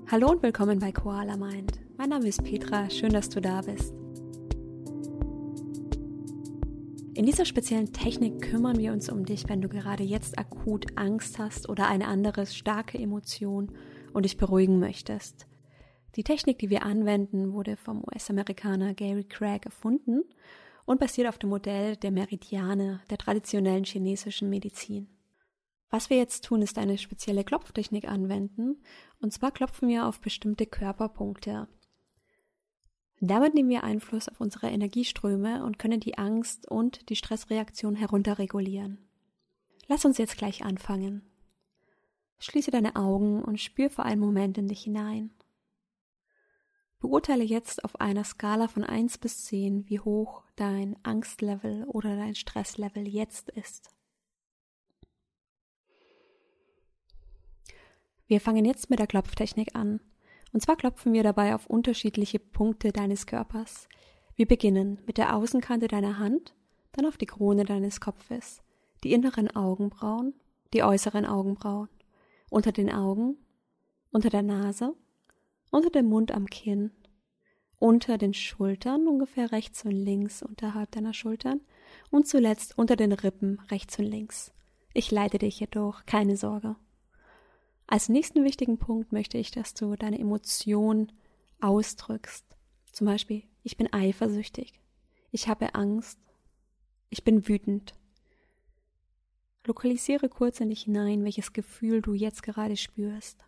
Hallo und willkommen bei Koala Mind. Mein Name ist Petra, schön, dass du da bist. In dieser speziellen Technik kümmern wir uns um dich, wenn du gerade jetzt akut Angst hast oder eine andere starke Emotion und dich beruhigen möchtest. Die Technik, die wir anwenden, wurde vom US-Amerikaner Gary Craig erfunden und basiert auf dem Modell der Meridiane, der traditionellen chinesischen Medizin. Was wir jetzt tun, ist eine spezielle Klopftechnik anwenden, und zwar klopfen wir auf bestimmte Körperpunkte. Damit nehmen wir Einfluss auf unsere Energieströme und können die Angst und die Stressreaktion herunterregulieren. Lass uns jetzt gleich anfangen. Schließe deine Augen und spür für einen Moment in dich hinein. Beurteile jetzt auf einer Skala von 1 bis 10, wie hoch dein Angstlevel oder dein Stresslevel jetzt ist. Wir fangen jetzt mit der Klopftechnik an. Und zwar klopfen wir dabei auf unterschiedliche Punkte deines Körpers. Wir beginnen mit der Außenkante deiner Hand, dann auf die Krone deines Kopfes, die inneren Augenbrauen, die äußeren Augenbrauen, unter den Augen, unter der Nase, unter dem Mund am Kinn, unter den Schultern, ungefähr rechts und links unterhalb deiner Schultern und zuletzt unter den Rippen rechts und links. Ich leite dich hier durch, keine Sorge. Als nächsten wichtigen Punkt möchte ich, dass du deine Emotion ausdrückst. Zum Beispiel, ich bin eifersüchtig, ich habe Angst, ich bin wütend. Lokalisiere kurz in dich hinein, welches Gefühl du jetzt gerade spürst.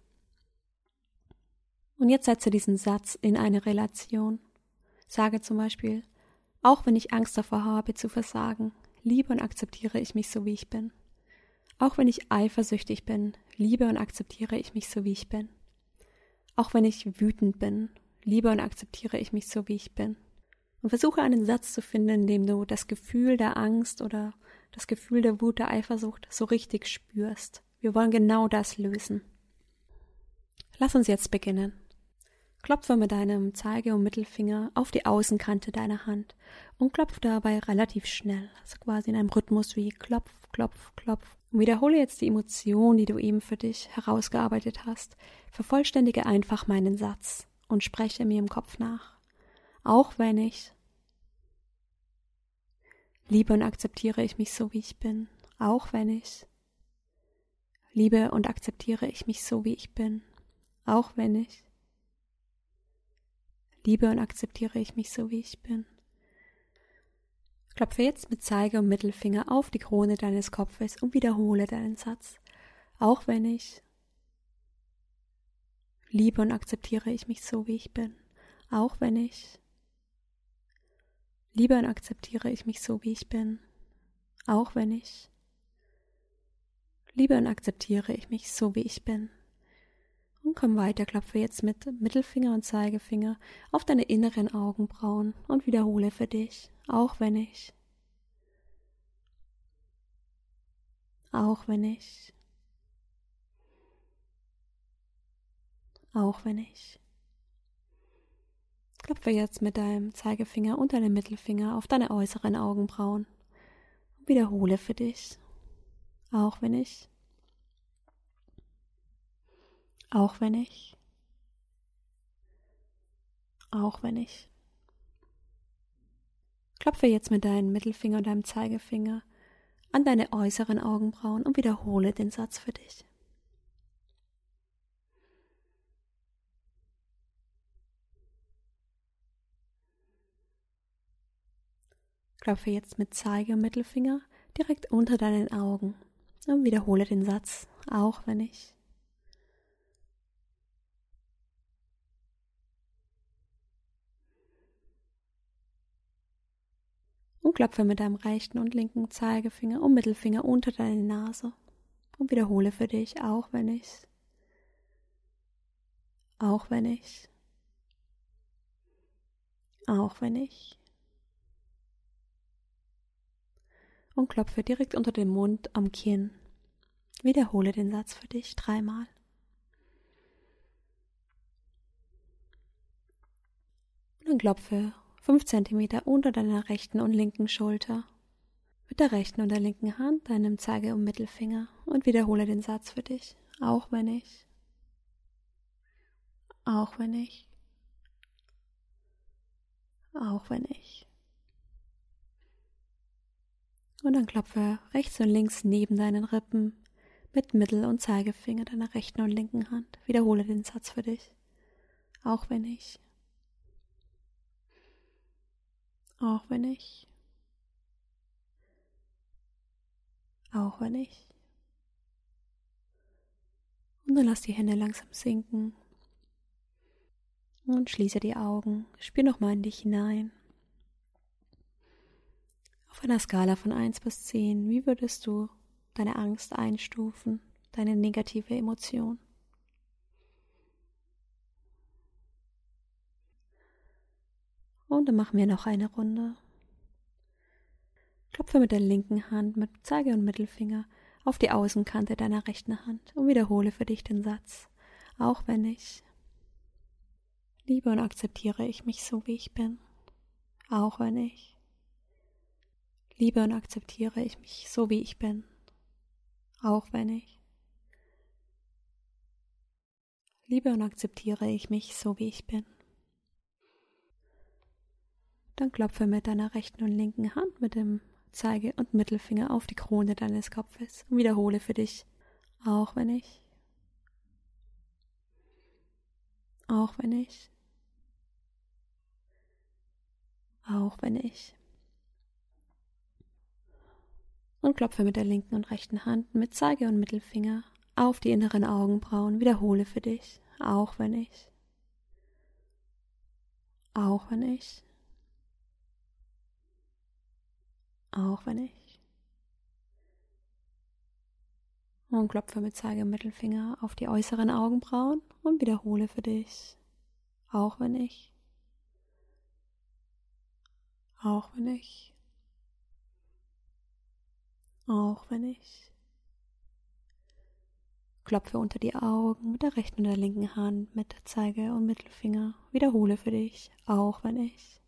Und jetzt setze diesen Satz in eine Relation. Sage zum Beispiel, auch wenn ich Angst davor habe zu versagen, liebe und akzeptiere ich mich so, wie ich bin. Auch wenn ich eifersüchtig bin, liebe und akzeptiere ich mich so, wie ich bin. Auch wenn ich wütend bin, liebe und akzeptiere ich mich so, wie ich bin. Und versuche einen Satz zu finden, in dem du das Gefühl der Angst oder das Gefühl der Wut, der Eifersucht so richtig spürst. Wir wollen genau das lösen. Lass uns jetzt beginnen. Klopfe mit deinem Zeige- und Mittelfinger auf die Außenkante deiner Hand und klopf dabei relativ schnell, also quasi in einem Rhythmus wie Klopf, Klopf, Klopf. Und wiederhole jetzt die Emotion, die du eben für dich herausgearbeitet hast. Vervollständige einfach meinen Satz und spreche mir im Kopf nach. Auch wenn ich liebe und akzeptiere ich mich so, wie ich bin. Auch wenn ich liebe und akzeptiere ich mich so, wie ich bin. Auch wenn ich liebe und akzeptiere ich mich so, wie ich bin. Klopfe jetzt mit Zeige- und Mittelfinger auf die Krone deines Kopfes und wiederhole deinen Satz. Auch wenn ich liebe und akzeptiere ich mich so, wie ich bin. Auch wenn ich liebe und akzeptiere ich mich so, wie ich bin. Auch wenn ich liebe und akzeptiere ich mich so, wie ich bin. Und komm weiter, klopfe jetzt mit Mittelfinger und Zeigefinger auf deine inneren Augenbrauen und wiederhole für dich. Auch wenn ich Auch wenn ich Klopfe jetzt mit deinem Zeigefinger und deinem Mittelfinger auf deine äußeren Augenbrauen und wiederhole für dich. Auch wenn ich Auch wenn ich Klopfe jetzt mit deinem Mittelfinger und deinem Zeigefinger an deine äußeren Augenbrauen und wiederhole den Satz für dich. Klopfe jetzt mit Zeige- und Mittelfinger direkt unter deinen Augen und wiederhole den Satz, auch wenn ich und klopfe mit deinem rechten und linken Zeigefinger und Mittelfinger unter deine Nase und wiederhole für dich, auch wenn ich und klopfe direkt unter dem Mund am Kinn. Wiederhole den Satz für dich 3-mal. Und dann klopfe 5 cm unter deiner rechten und linken Schulter. Mit der rechten und der linken Hand, deinem Zeige- und Mittelfinger und wiederhole den Satz für dich, auch wenn ich Auch wenn ich. Auch wenn ich. Und dann klopfe rechts und links neben deinen Rippen mit Mittel- und Zeigefinger deiner rechten und linken Hand. Wiederhole den Satz für dich. Auch wenn ich. Auch wenn ich. Auch wenn ich. Und dann lass die Hände langsam sinken. Und schließe die Augen. Spür nochmal in dich hinein. Auf einer Skala von 1 bis 10, wie würdest du deine Angst einstufen, deine negative Emotion? Und dann machen wir noch eine Runde. Klopfe mit der linken Hand mit Zeige- und Mittelfinger auf die Außenkante deiner rechten Hand und wiederhole für dich den Satz. Auch wenn ich. Liebe und akzeptiere ich mich so, wie ich bin. Auch wenn ich. Liebe und akzeptiere ich mich so, wie ich bin. Auch wenn ich. Liebe und akzeptiere ich mich so, wie ich bin. Dann klopfe mit deiner rechten und linken Hand mit dem Zeige- und Mittelfinger auf die Krone deines Kopfes und wiederhole für dich. Auch wenn ich. Auch wenn ich. Auch wenn ich. Und klopfe mit der linken und rechten Hand mit Zeige- und Mittelfinger auf die inneren Augenbrauen. Wiederhole für dich. Auch wenn ich. Auch wenn ich. Auch wenn ich. Und klopfe mit Zeige- und Mittelfinger auf die äußeren Augenbrauen und wiederhole für dich. Auch wenn ich. Auch wenn ich. Auch wenn ich. Klopfe unter die Augen mit der rechten und der linken Hand mit Zeige- und Mittelfinger. Wiederhole für dich. Auch wenn ich.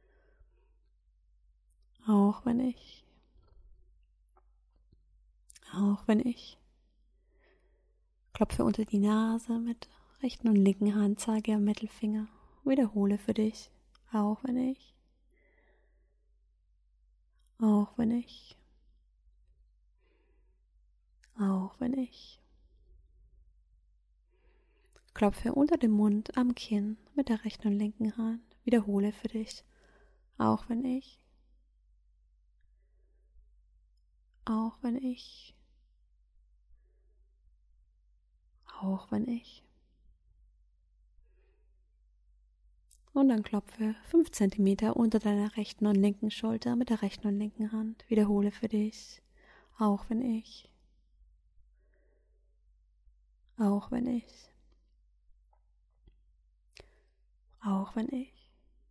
Auch wenn ich. Auch wenn ich. Klopfe unter die Nase mit rechten und linken Hand, Zeige und Mittelfinger. Wiederhole für dich. Auch wenn ich. Auch wenn ich. Auch wenn ich. Klopfe unter dem Mund am Kinn mit der rechten und linken Hand. Wiederhole für dich. Auch wenn ich. Auch wenn ich. Auch wenn ich. Und dann klopfe 5 Zentimeter unter deiner rechten und linken Schulter mit der rechten und linken Hand. Wiederhole für dich. Auch wenn ich. Auch wenn ich. Auch wenn ich.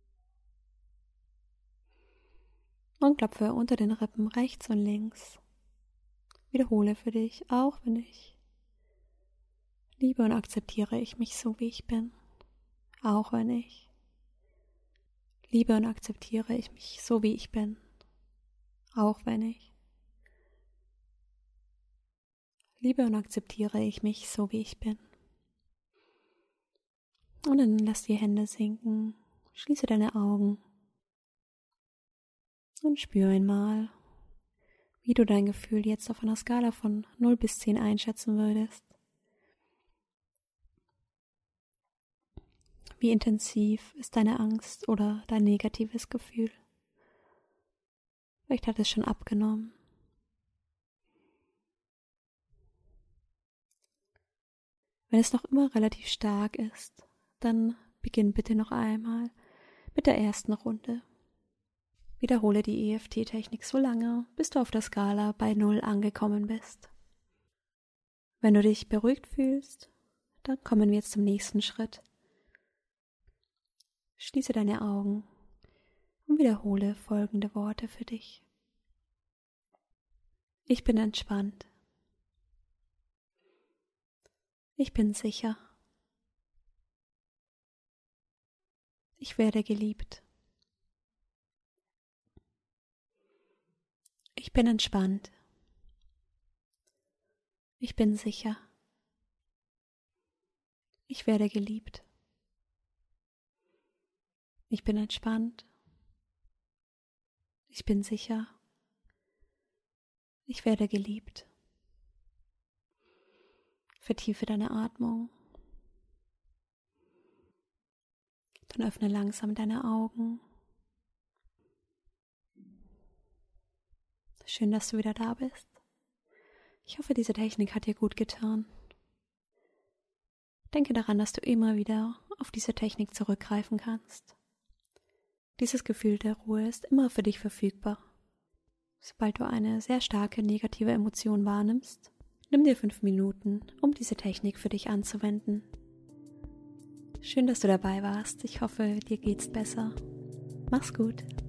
Und klopfe unter den Rippen rechts und links. Wiederhole für dich, auch wenn ich. Liebe und akzeptiere ich mich so, wie ich bin. Auch wenn ich. Liebe und akzeptiere ich mich so, wie ich bin. Auch wenn ich. Liebe und akzeptiere ich mich so, wie ich bin. Und dann lass die Hände sinken. Schließe deine Augen. Und spür einmal, wie du dein Gefühl jetzt auf einer Skala von 0 bis 10 einschätzen würdest. Wie intensiv ist deine Angst oder dein negatives Gefühl? Vielleicht hat es schon abgenommen. Wenn es noch immer relativ stark ist, dann beginn bitte noch einmal mit der ersten Runde. Wiederhole die EFT-Technik so lange, bis du auf der Skala bei 0 angekommen bist. Wenn du dich beruhigt fühlst, dann kommen wir jetzt zum nächsten Schritt. Schließe deine Augen und wiederhole folgende Worte für dich. Ich bin entspannt. Ich bin sicher. Ich werde geliebt. Ich bin entspannt. Ich bin sicher. Ich werde geliebt. Ich bin entspannt. Ich bin sicher. Ich werde geliebt. Vertiefe deine Atmung. Dann öffne langsam deine Augen. Schön, dass du wieder da bist. Ich hoffe, diese Technik hat dir gut getan. Denke daran, dass du immer wieder auf diese Technik zurückgreifen kannst. Dieses Gefühl der Ruhe ist immer für dich verfügbar. Sobald du eine sehr starke negative Emotion wahrnimmst, nimm dir 5 Minuten, um diese Technik für dich anzuwenden. Schön, dass du dabei warst. Ich hoffe, dir geht's besser. Mach's gut.